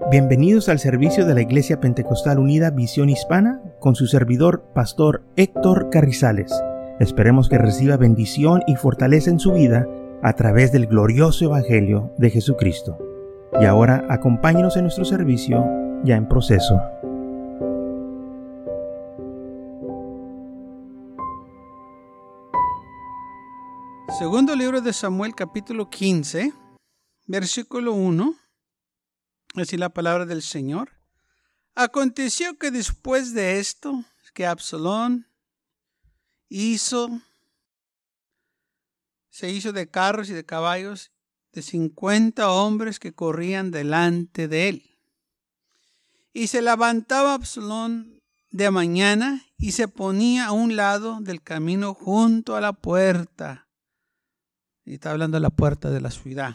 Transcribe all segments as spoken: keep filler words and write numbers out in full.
Bienvenidos al servicio de la Iglesia Pentecostal Unida Visión Hispana con su servidor, Pastor Héctor Carrizales. Esperemos que reciba bendición y fortaleza en su vida a través del glorioso Evangelio de Jesucristo. Y ahora acompáñenos en nuestro servicio ya en proceso. Segundo libro de Samuel, capítulo quince, versículo uno. Así la palabra del Señor. Aconteció que después de esto, que Absalón hizo, se hizo de carros y de caballos de cincuenta hombres que corrían delante de él. Y se levantaba Absalón de mañana y se ponía a un lado del camino junto a la puerta. Y está hablando de la puerta de la ciudad.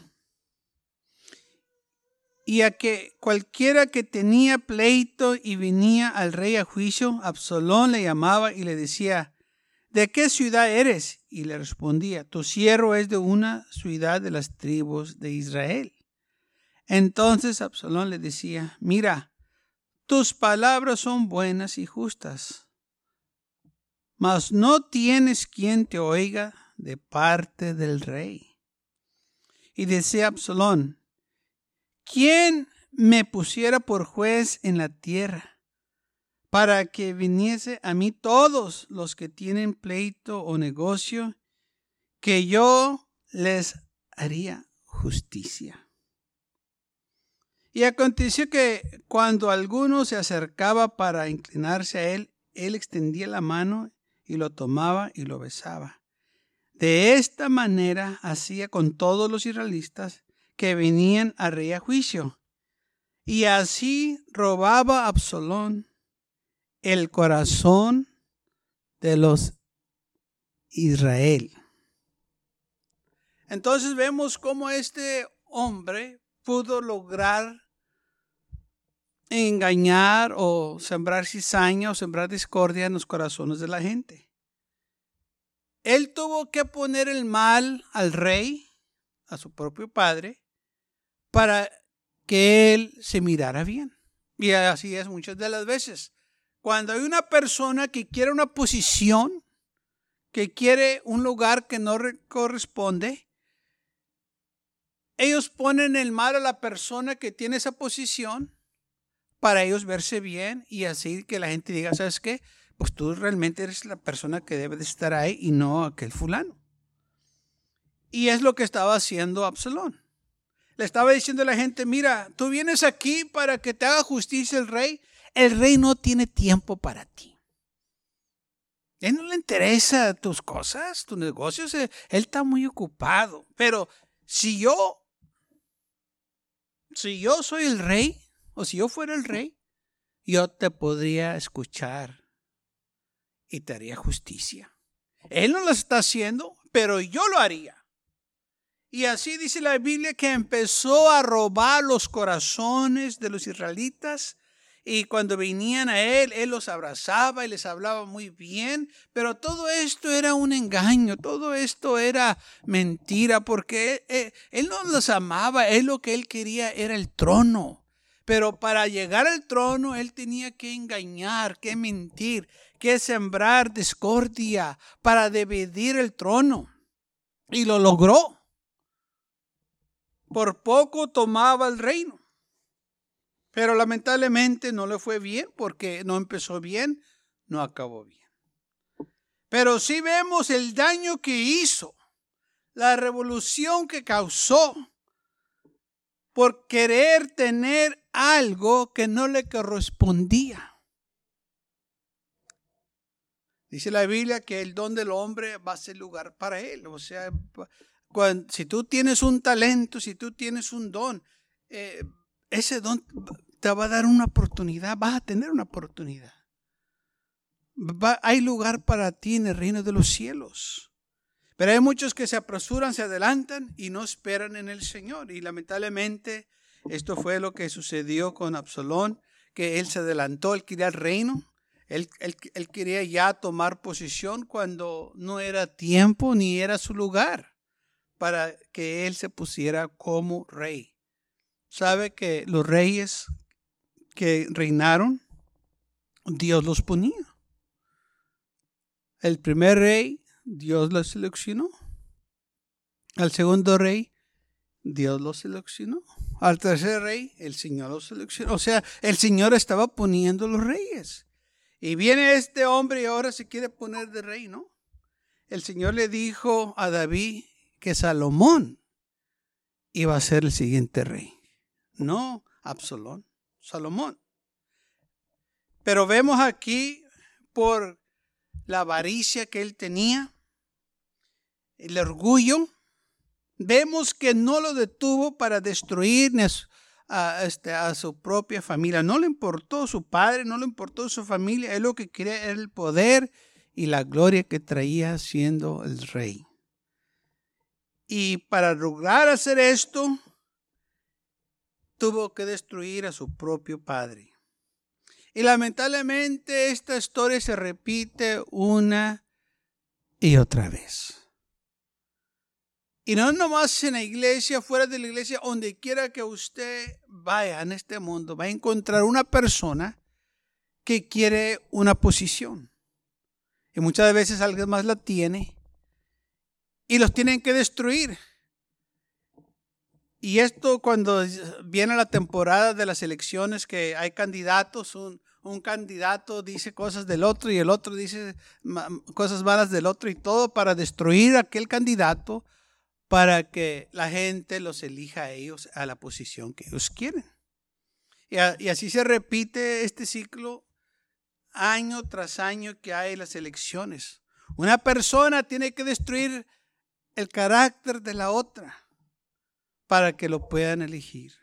Y a que cualquiera que tenía pleito y venía al rey a juicio, Absalón le llamaba y le decía: ¿de qué ciudad eres? Y le respondía: tu siervo es de una ciudad de las tribus de Israel. Entonces Absalón le decía: mira, tus palabras son buenas y justas, mas no tienes quien te oiga de parte del rey. Y decía Absalón: ¿quién me pusiera por juez en la tierra, para que viniese a mí todos los que tienen pleito o negocio, que yo les haría justicia? Y aconteció que cuando alguno se acercaba para inclinarse a él, él extendía la mano y lo tomaba y lo besaba. De esta manera hacía con todos los israelitas que venían al rey a juicio. Y así robaba Absalón el corazón de los Israel. Entonces vemos cómo este hombre pudo lograr engañar o sembrar cizaña o sembrar discordia en los corazones de la gente. Él tuvo que poner el mal al rey, a su propio padre, para que él se mirara bien. Y así es muchas de las veces. Cuando hay una persona que quiere una posición, que quiere un lugar que no corresponde, ellos ponen el mal a la persona que tiene esa posición para ellos verse bien y así que la gente diga: ¿sabes qué? Pues tú realmente eres la persona que debe de estar ahí y no aquel fulano. Y es lo que estaba haciendo Absalón. Le estaba diciendo a la gente: mira, tú vienes aquí para que te haga justicia el rey. El rey no tiene tiempo para ti. A él no le interesa tus cosas, tus negocios. Él está muy ocupado. Pero si yo, si yo soy el rey, o si yo fuera el rey, yo te podría escuchar y te haría justicia. Él no lo está haciendo, pero yo lo haría. Y así dice la Biblia que empezó a robar los corazones de los israelitas. Y cuando venían a él, él los abrazaba y les hablaba muy bien. Pero todo esto era un engaño, todo esto era mentira, porque él, él, él no los amaba. Él lo que él quería era el trono. Pero para llegar al trono, él tenía que engañar, que mentir, que sembrar discordia para dividir el trono. Y lo logró. Por poco tomaba el reino. Pero lamentablemente no le fue bien, porque no empezó bien, no acabó bien. Pero sí vemos el daño que hizo, la revolución que causó por querer tener algo que no le correspondía. Dice la Biblia que el don del hombre va a ser lugar para él. O sea, cuando, si tú tienes un talento, si tú tienes un don, eh, ese don te va a dar una oportunidad, vas a tener una oportunidad. Va, hay lugar para ti en el reino de los cielos. Pero hay muchos que se apresuran, se adelantan y no esperan en el Señor. Y lamentablemente esto fue lo que sucedió con Absalón, que él se adelantó, él quería el reino. Él, él, él quería ya tomar posición cuando no era tiempo ni era su lugar para que él se pusiera como rey. Sabe que los reyes que reinaron, Dios los ponía. El primer rey, Dios lo seleccionó. Al segundo rey, Dios lo seleccionó. Al tercer rey, el Señor lo seleccionó. O sea, el Señor estaba poniendo los reyes. Y viene este hombre y ahora se quiere poner de rey, ¿no? El Señor le dijo a David que Salomón iba a ser el siguiente rey. No Absalón, Salomón. Pero vemos aquí, por la avaricia que él tenía, el orgullo, vemos que no lo detuvo para destruir a, a, este, a su propia familia. No le importó su padre, no le importó su familia. Él lo que quería era el poder y la gloria que traía siendo el rey. Y para lograr hacer esto, tuvo que destruir a su propio padre. Y lamentablemente esta historia se repite una y otra vez. Y no nomás en la iglesia, fuera de la iglesia, donde quiera que usted vaya en este mundo, va a encontrar una persona que quiere una posición. Y muchas veces alguien más la tiene y los tienen que destruir. Y esto cuando viene la temporada de las elecciones, que hay candidatos, un, un candidato dice cosas del otro y el otro dice cosas malas del otro, y todo para destruir a aquel candidato, para que la gente los elija a ellos a la posición que ellos quieren. Y, a, y así se repite este ciclo año tras año que hay las elecciones. Una persona tiene que destruir el carácter de la otra para que lo puedan elegir.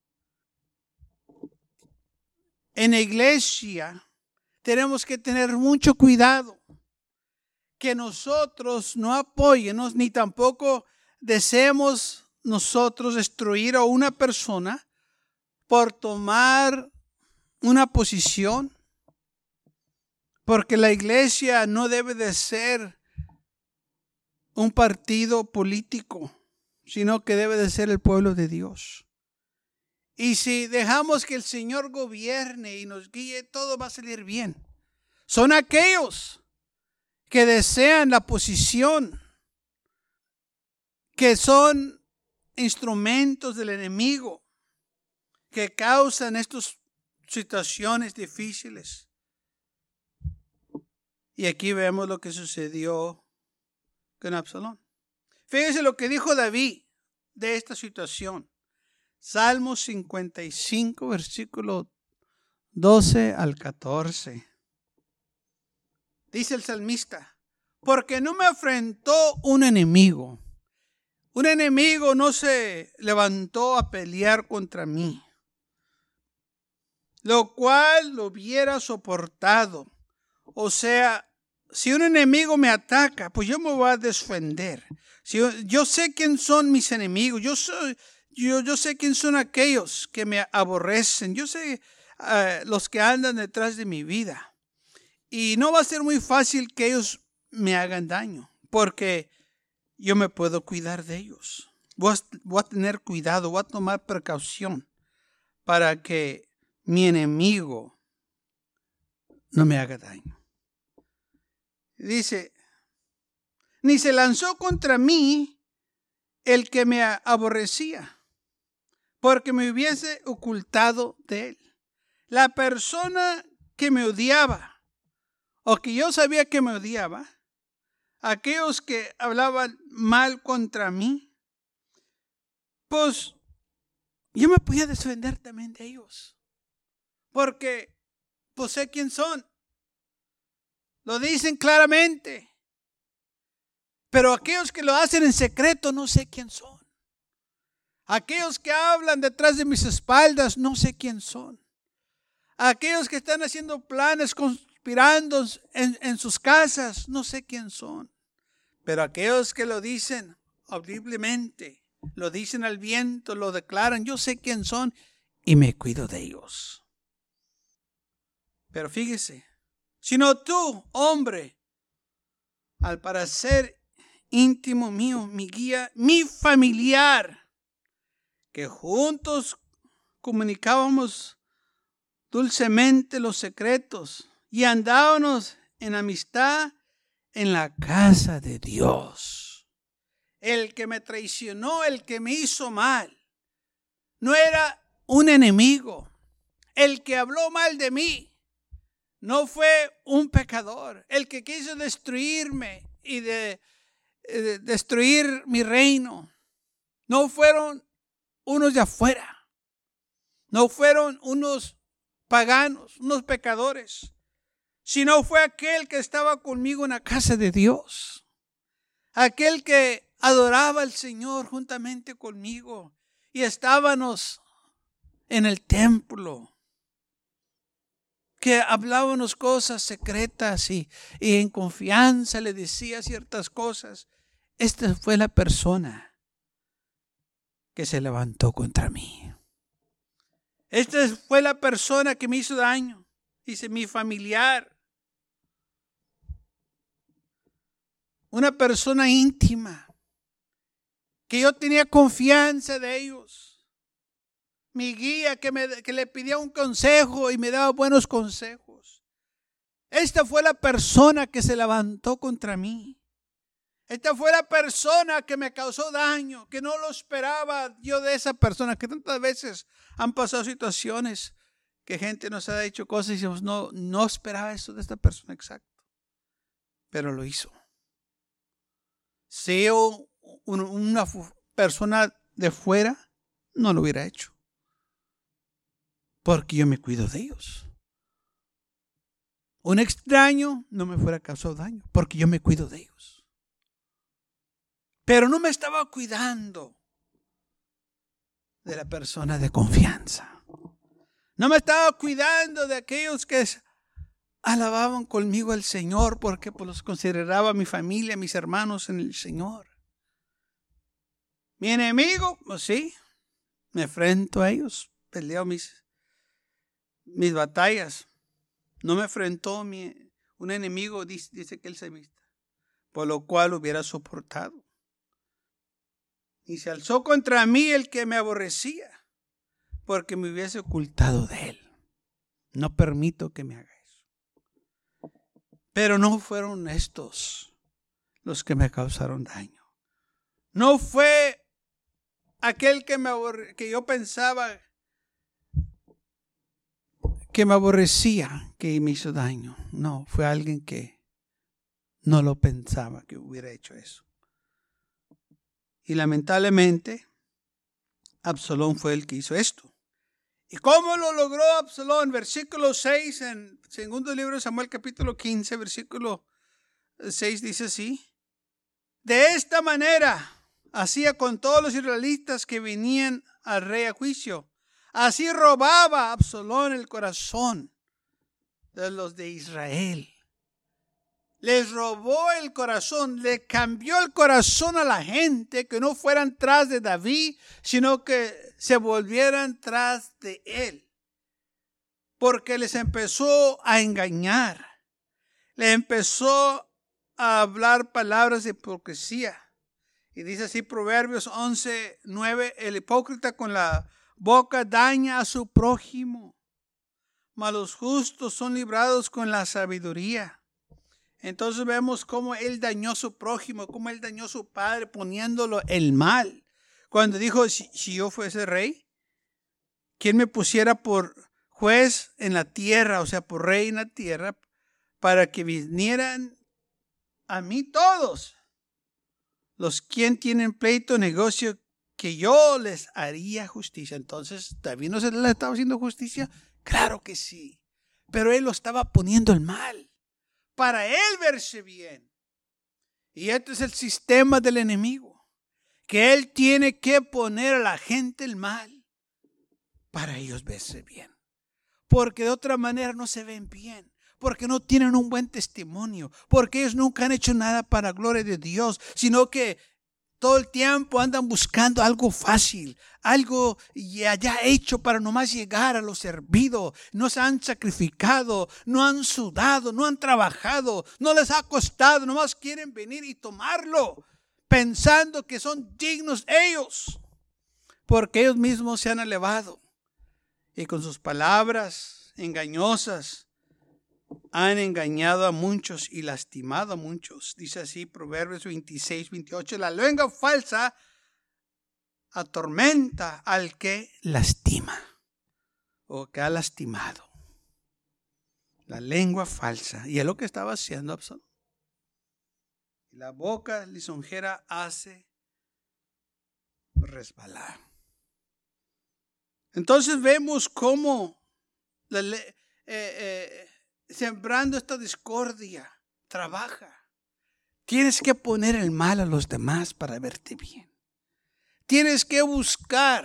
En la iglesia tenemos que tener mucho cuidado que nosotros no apoyemos ni tampoco deseemos nosotros destruir a una persona por tomar una posición, porque la iglesia no debe de ser un partido político, sino que debe de ser el pueblo de Dios. Y si dejamos que el Señor gobierne y nos guíe, todo va a salir bien. Son aquellos que desean la posición, que son instrumentos del enemigo, que causan estas situaciones difíciles. Y aquí vemos lo que sucedió con Absalón. Fíjese lo que dijo David de esta situación. Salmo cincuenta y cinco, versículo doce al catorce. Dice el salmista: porque no me afrentó un enemigo. Un enemigo no se levantó a pelear contra mí, lo cual lo hubiera soportado. O sea, si un enemigo me ataca, pues yo me voy a defender. Si yo, yo sé quién son mis enemigos, yo, soy, yo, yo sé quién son aquellos que me aborrecen, yo sé uh, los que andan detrás de mi vida. Y no va a ser muy fácil que ellos me hagan daño, porque yo me puedo cuidar de ellos. Voy a, voy a tener cuidado, voy a tomar precaución para que mi enemigo no me haga daño. Dice: ni se lanzó contra mí el que me aborrecía, porque me hubiese ocultado de él. La persona que me odiaba, o que yo sabía que me odiaba, aquellos que hablaban mal contra mí, pues yo me podía defender también de ellos, porque pues sé quién son. Lo dicen claramente. Pero aquellos que lo hacen en secreto, no sé quién son. Aquellos que hablan detrás de mis espaldas, no sé quién son. Aquellos que están haciendo planes, conspirando en, en sus casas, no sé quién son. Pero aquellos que lo dicen audiblemente, lo dicen al viento, lo declaran, yo sé quién son y me cuido de ellos. Pero fíjese, sino tú, hombre, al parecer íntimo mío, mi guía, mi familiar, que juntos comunicábamos dulcemente los secretos y andábamos en amistad en la casa de Dios. El que me traicionó, el que me hizo mal, no era un enemigo. El que habló mal de mí no fue un pecador. El que quiso destruirme y de, de destruir mi reino no fueron unos de afuera. No fueron unos paganos, unos pecadores, sino fue aquel que estaba conmigo en la casa de Dios. Aquel que adoraba al Señor juntamente conmigo y estábamos en el templo, que hablábamos cosas secretas y, y en confianza le decía ciertas cosas. Esta fue la persona que se levantó contra mí. Esta fue la persona que me hizo daño. Dice, mi familiar. Una persona íntima. Que yo tenía confianza de ellos. Mi guía que, me, que le pedía un consejo y me daba buenos consejos. Esta fue la persona que se levantó contra mí. Esta fue la persona que me causó daño, que no lo esperaba yo de esa persona, que tantas veces han pasado situaciones que gente nos ha dicho cosas y decimos, no, no esperaba eso de esta persona, exacto. Pero lo hizo. Si yo, una persona de fuera, no lo hubiera hecho. Porque yo me cuido de ellos. Un extraño no me fuera causado daño, porque yo me cuido de ellos. Pero no me estaba cuidando de la persona de confianza. No me estaba cuidando de aquellos que alababan conmigo al Señor, porque pues, los consideraba mi familia, mis hermanos en el Señor. Mi enemigo, pues sí, me enfrento a ellos, peleo mis, mis batallas. No me enfrentó mi, un enemigo, dice, dice que el semista, por lo cual hubiera soportado. Y se alzó contra mí el que me aborrecía, porque me hubiese ocultado de él. No permito que me haga eso. Pero no fueron estos los que me causaron daño. No fue aquel que, me aborre, que yo pensaba que me aborrecía, que me hizo daño. No, fue alguien que no lo pensaba que hubiera hecho eso. Y lamentablemente, Absalón fue el que hizo esto. ¿Y cómo lo logró Absalón? Versículo seis, en segundo libro de Samuel, capítulo quince, versículo seis, dice así. De esta manera hacía con todos los israelitas que venían al rey a juicio. Así robaba Absalón el corazón de los de Israel. Les robó el corazón, le cambió el corazón a la gente, que no fueran tras de David, sino que se volvieran tras de él. Porque les empezó a engañar, les empezó a hablar palabras de hipocresía. Y dice así Proverbios once, nueve, el hipócrita con la boca daña a su prójimo, mas los justos son librados con la sabiduría. Entonces vemos cómo él dañó a su prójimo, cómo él dañó a su padre poniéndolo el mal. Cuando dijo, si, si yo fuese rey, ¿quién me pusiera por juez en la tierra, o sea, por rey en la tierra, para que vinieran a mí todos los quien tienen pleito, negocio, que yo les haría justicia? Entonces, ¿David no se le estaba haciendo justicia? Claro que sí, pero él lo estaba poniendo el mal para él verse bien. Y este es el sistema del enemigo, que él tiene que poner a la gente el mal para ellos verse bien, porque de otra manera no se ven bien, porque no tienen un buen testimonio, porque ellos nunca han hecho nada para la gloria de Dios, sino que todo el tiempo andan buscando algo fácil, algo ya, ya hecho para nomás llegar a lo servido. No se han sacrificado, no han sudado, no han trabajado, no les ha costado, nomás quieren venir y tomarlo, pensando que son dignos ellos, porque ellos mismos se han elevado y con sus palabras engañosas han engañado a muchos y lastimado a muchos. Dice así Proverbios veintiséis, veintiocho. La lengua falsa atormenta al que lastima o que ha lastimado. La lengua falsa. Y es lo que estaba haciendo Absalón. La boca lisonjera hace resbalar. Entonces vemos cómo la, eh, eh, sembrando esta discordia trabaja. Tienes que poner el mal a los demás para verte bien. Tienes que buscar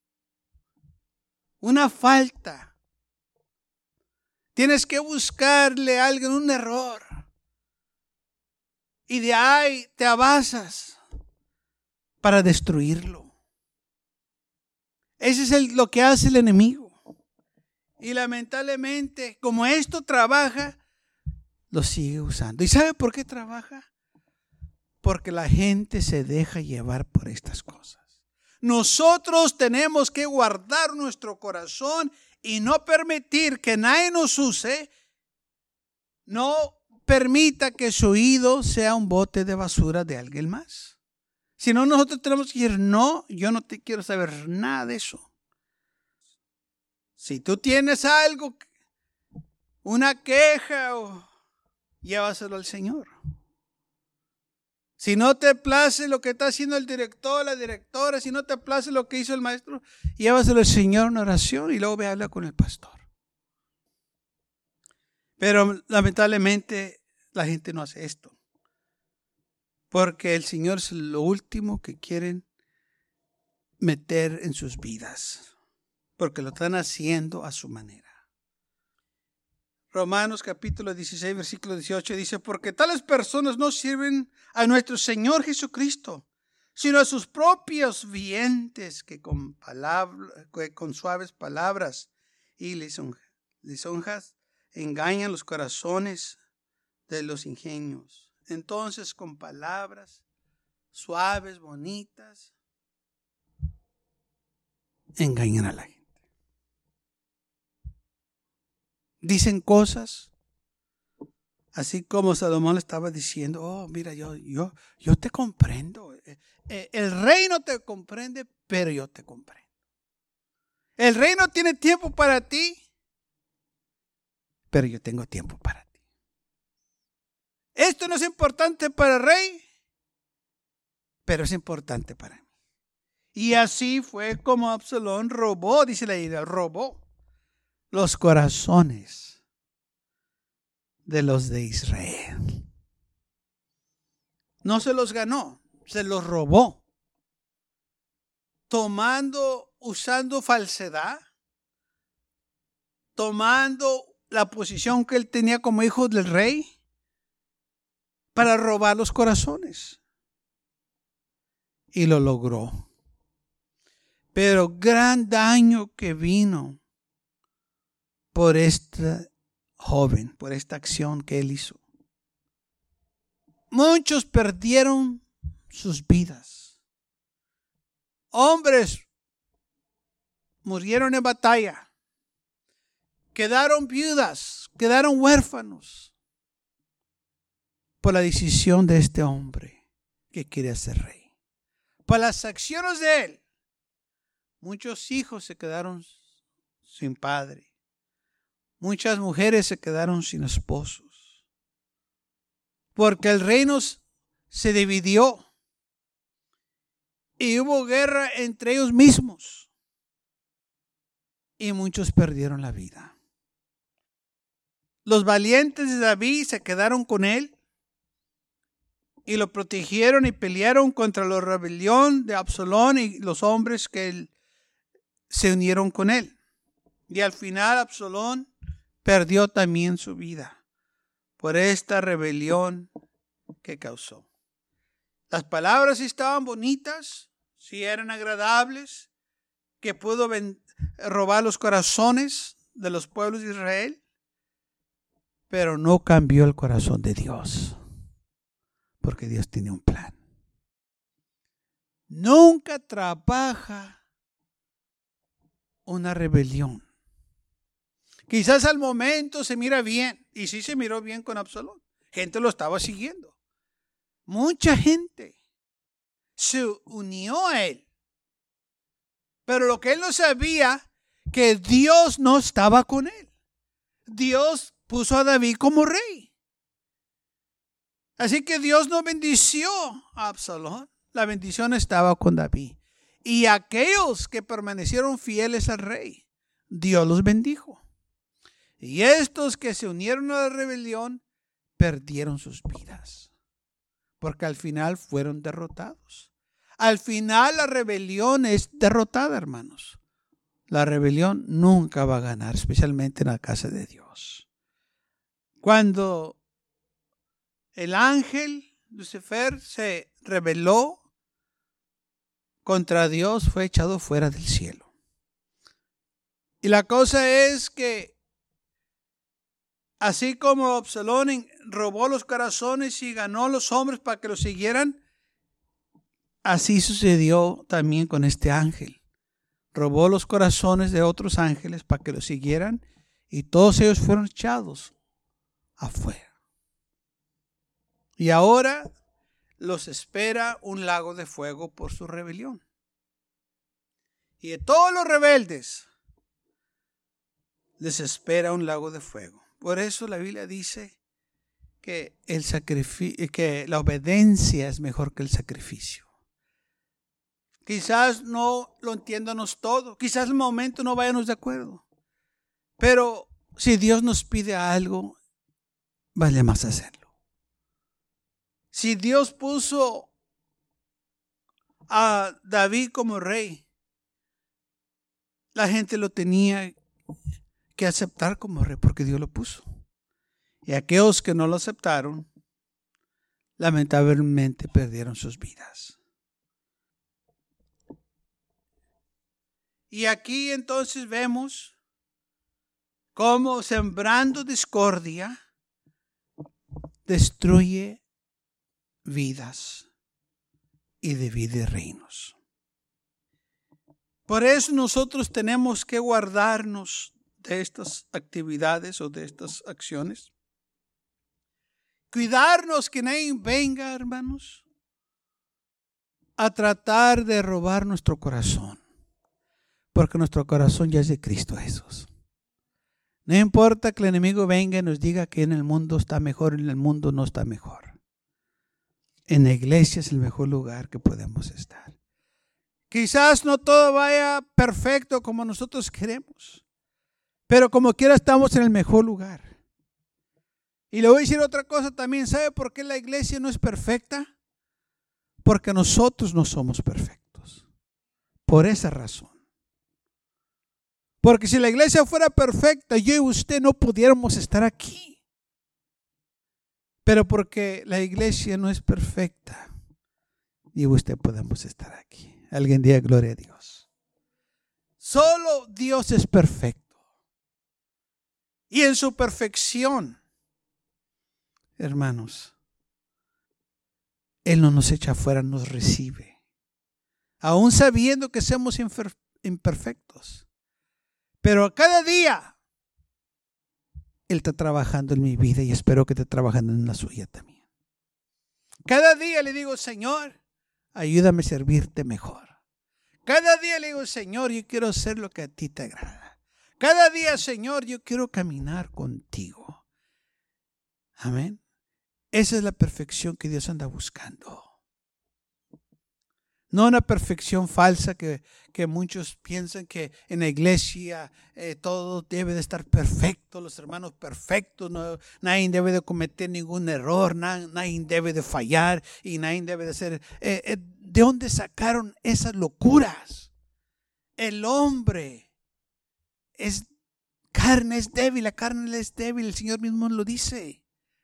una falta. Tienes que buscarle a alguien un error. Y de ahí te avanzas para destruirlo. Ese es el, lo que hace el enemigo. Y lamentablemente, como esto trabaja, lo sigue usando. ¿Y sabe por qué trabaja? Porque la gente se deja llevar por estas cosas. Nosotros tenemos que guardar nuestro corazón y no permitir que nadie nos use. No permita que su oído sea un bote de basura de alguien más. Si no, nosotros tenemos que decir, no, yo no te quiero saber nada de eso. Si tú tienes algo, una queja, o, llévaselo al Señor. Si no te place lo que está haciendo el director, la directora, si no te place lo que hizo el maestro, llévaselo al Señor en oración y luego ve a hablar con el pastor. Pero lamentablemente la gente no hace esto. Porque el Señor es lo último que quieren meter en sus vidas. Porque lo están haciendo a su manera. Romanos capítulo dieciséis, versículo dieciocho dice, porque tales personas no sirven a nuestro Señor Jesucristo, sino a sus propios vientres, que con, palabra, que con suaves palabras y lisonjas engañan los corazones de los ingenios. Entonces, con palabras suaves, bonitas, engañan a la gente. Dicen cosas, así como Salomón le estaba diciendo, oh, mira, yo, yo, yo te comprendo. El rey no te comprende, pero yo te comprendo. El rey no tiene tiempo para ti, pero yo tengo tiempo para ti. Esto no es importante para el rey, pero es importante para mí. Y así fue como Absalón robó, dice la Biblia, robó los corazones de los de Israel. No se los ganó, se los robó. Tomando, usando falsedad, tomando la posición que él tenía como hijo del rey para robar los corazones. Y lo logró. Pero gran daño que vino por este joven, por esta acción que él hizo. Muchos perdieron sus vidas. Hombres murieron en batalla. Quedaron viudas, quedaron huérfanos por la decisión de este hombre que quería ser rey. Por las acciones de él, muchos hijos se quedaron sin padre. Muchas mujeres se quedaron sin esposos. Porque el reino se dividió. Y hubo guerra entre ellos mismos. Y muchos perdieron la vida. Los valientes de David se quedaron con él. Y lo protegieron y pelearon contra la rebelión de Absalón y los hombres que él, se unieron con él. Y al final Absalón perdió también su vida por esta rebelión que causó. Las palabras sí estaban bonitas, sí eran agradables, que pudo robar los corazones de los pueblos de Israel, pero no cambió el corazón de Dios, porque Dios tiene un plan. Nunca trabaja una rebelión Quizás al momento se mira bien, y sí se miró bien con Absalón. Gente lo estaba siguiendo. Mucha gente se unió a él. Pero lo que él no sabía, que Dios no estaba con él. Dios puso a David como rey. Así que Dios no bendició a Absalón. La bendición estaba con David. Y aquellos que permanecieron fieles al rey, Dios los bendijo. Y estos que se unieron a la rebelión, perdieron sus vidas. Porque al final fueron derrotados. Al final la rebelión es derrotada, hermanos. La rebelión nunca va a ganar, especialmente en la casa de Dios. Cuando el ángel Lucifer se rebeló contra Dios, fue echado fuera del cielo. Y la cosa es que así como Absalón robó los corazones y ganó a los hombres para que lo siguieran, así sucedió también con este ángel. Robó los corazones de otros ángeles para que lo siguieran y todos ellos fueron echados afuera. Y ahora los espera un lago de fuego por su rebelión. Y de todos los rebeldes les espera un lago de fuego. Por eso la Biblia dice que, el sacrificio, que la obediencia es mejor que el sacrificio. Quizás no lo entiéndanos todo. Quizás en el momento no vayamos de acuerdo. Pero si Dios nos pide algo, vale más hacerlo. Si Dios puso a David como rey, la gente lo tenía que aceptar como rey porque Dios lo puso. Y aquellos que no lo aceptaron, lamentablemente perdieron sus vidas. Y aquí entonces vemos cómo sembrando discordia destruye vidas y divide reinos. Por eso nosotros tenemos que guardarnos de estas actividades o de estas acciones. Cuidarnos que nadie venga, hermanos, a tratar de robar nuestro corazón. Porque nuestro corazón ya es de Cristo Jesús. No importa que el enemigo venga y nos diga que en el mundo está mejor, en el mundo no está mejor. En la iglesia es el mejor lugar que podemos estar. Quizás no todo vaya perfecto como nosotros queremos, pero como quiera estamos en el mejor lugar. Y le voy a decir otra cosa también. ¿Sabe por qué la iglesia no es perfecta? Porque nosotros no somos perfectos. Por esa razón. Porque si la iglesia fuera perfecta, yo y usted no pudiéramos estar aquí. Pero porque la iglesia no es perfecta, yo y usted podemos estar aquí. Alguien diga gloria a Dios. Solo Dios es perfecto. Y en su perfección, hermanos, Él no nos echa afuera, nos recibe. Aún sabiendo que somos imperfectos. Pero cada día Él está trabajando en mi vida y espero que esté trabajando en la suya también. Cada día le digo, Señor, ayúdame a servirte mejor. Cada día le digo, Señor, yo quiero hacer lo que a ti te agrada. Cada día, Señor, yo quiero caminar contigo. Amén. Esa es la perfección que Dios anda buscando. No una perfección falsa que, que muchos piensan que en la iglesia eh, todo debe de estar perfecto, los hermanos perfectos, no, nadie debe de cometer ningún error, nadie, nadie debe de fallar y nadie debe de ser... Eh, eh, ¿De dónde sacaron esas locuras? El hombre es carne, es débil, la carne es débil, el Señor mismo lo dice.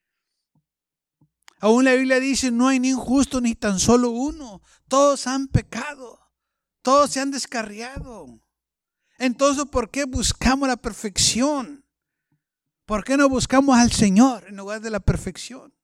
Aún la Biblia dice, no hay ni injusto ni tan solo uno. Todos han pecado. Todos se han descarriado. Entonces, ¿por qué buscamos la perfección? ¿Por qué no buscamos al Señor en lugar de la perfección?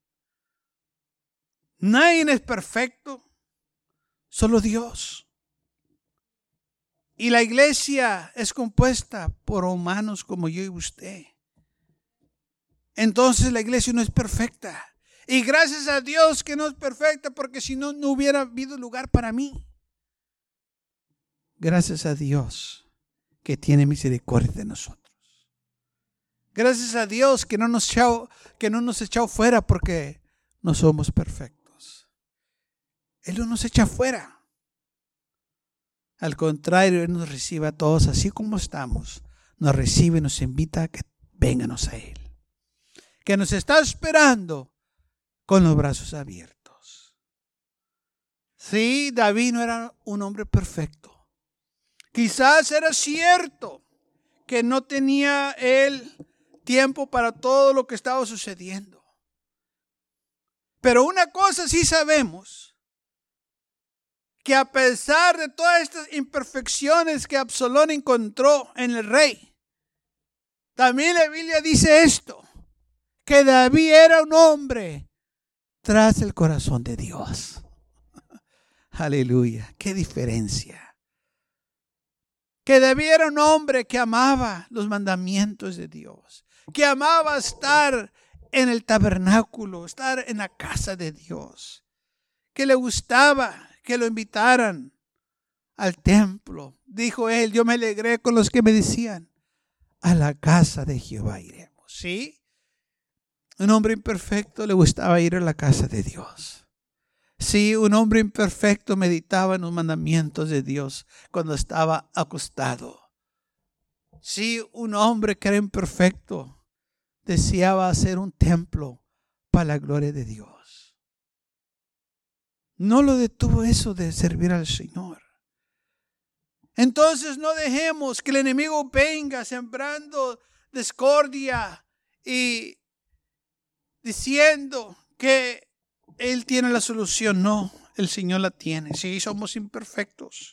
Nadie es perfecto. Solo Dios. Y la iglesia es compuesta por humanos como yo y usted. Entonces la iglesia no es perfecta. Y gracias a Dios que no es perfecta, porque si no, no hubiera habido lugar para mí. Gracias a Dios que tiene misericordia de nosotros. Gracias a Dios que no nos echó, que no nos echó fuera porque no somos perfectos. Él no nos echa fuera. Al contrario, Él nos recibe a todos así como estamos. Nos recibe y nos invita a que vénganos a Él. Que nos está esperando con los brazos abiertos. Sí, David no era un hombre perfecto. Quizás era cierto que no tenía él tiempo para todo lo que estaba sucediendo. Pero una cosa sí sabemos, que a pesar de todas estas imperfecciones que Absalón encontró en el rey, también la Biblia dice esto, que David era un hombre tras el corazón de Dios. Aleluya, qué diferencia. Que David era un hombre que amaba los mandamientos de Dios, que amaba estar en el tabernáculo, estar en la casa de Dios, que le gustaba que lo invitaran al templo. Dijo él, yo me alegré con los que me decían, a la casa de Jehová iremos. ¿Sí? Un hombre imperfecto le gustaba ir a la casa de Dios. Sí, un hombre imperfecto meditaba en los mandamientos de Dios cuando estaba acostado. Sí, un hombre que era imperfecto deseaba hacer un templo para la gloria de Dios. No lo detuvo eso de servir al Señor. Entonces no dejemos que el enemigo venga sembrando discordia y diciendo que Él tiene la solución. No, el Señor la tiene. Sí, somos imperfectos,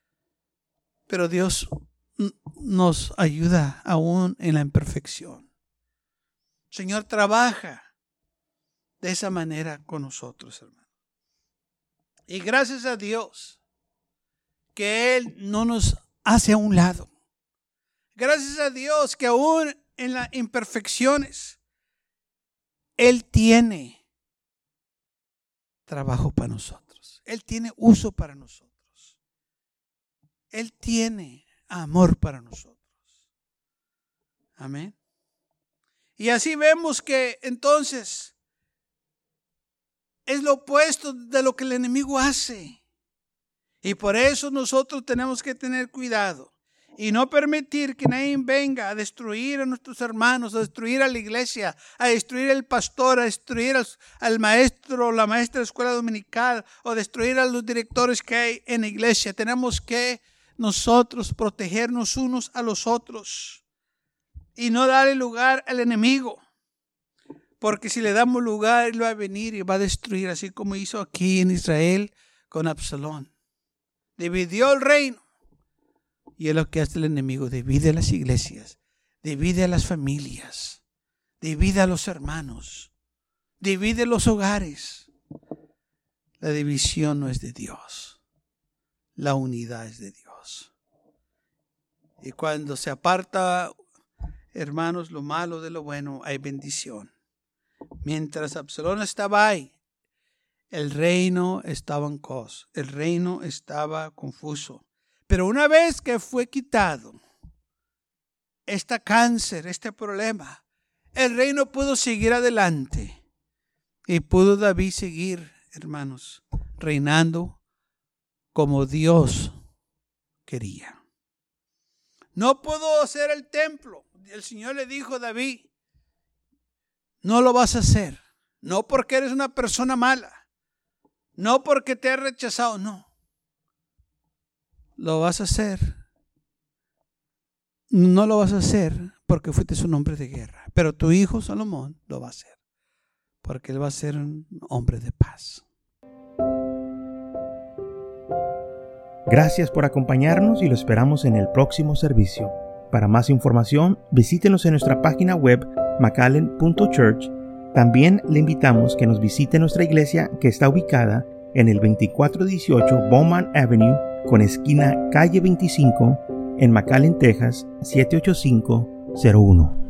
pero Dios nos ayuda aún en la imperfección. El Señor trabaja de esa manera con nosotros, hermanos. Y gracias a Dios que Él no nos hace a un lado. Gracias a Dios que aún en las imperfecciones Él tiene trabajo para nosotros. Él tiene uso para nosotros. Él tiene amor para nosotros. Amén. Y así vemos que entonces es lo opuesto de lo que el enemigo hace. Y por eso nosotros tenemos que tener cuidado y no permitir que nadie venga a destruir a nuestros hermanos, a destruir a la iglesia, a destruir al pastor, a destruir al, al maestro o la maestra de escuela dominical, o destruir a los directores que hay en la iglesia. Tenemos que nosotros protegernos unos a los otros y no darle lugar al enemigo. Porque si le damos lugar, Él va a venir y va a destruir, así como hizo aquí en Israel con Absalón. Dividió el reino. Y es lo que hace el enemigo. Divide las iglesias, divide a las familias, divide a los hermanos, divide los hogares. La división no es de Dios. La unidad es de Dios. Y cuando se aparta, hermanos, lo malo de lo bueno, hay bendición. Mientras Absalón estaba ahí, el reino estaba en caos, el reino estaba confuso. Pero una vez que fue quitado este cáncer, este problema, el reino pudo seguir adelante. Y pudo David seguir, hermanos, reinando como Dios quería. No pudo hacer el templo. El Señor le dijo a David, no lo vas a hacer. No porque eres una persona mala. No porque te he rechazado, no. Lo vas a hacer. No lo vas a hacer porque fuiste un hombre de guerra. Pero tu hijo Salomón lo va a hacer. Porque él va a ser un hombre de paz. Gracias por acompañarnos y lo esperamos en el próximo servicio. Para más información, visítenos en nuestra página web macallen punto church. También le invitamos que nos visite nuestra iglesia que está ubicada en el veinticuatro dieciocho Bowman Avenue, con esquina calle veinticinco en McAllen, Texas siete ocho cinco cero uno.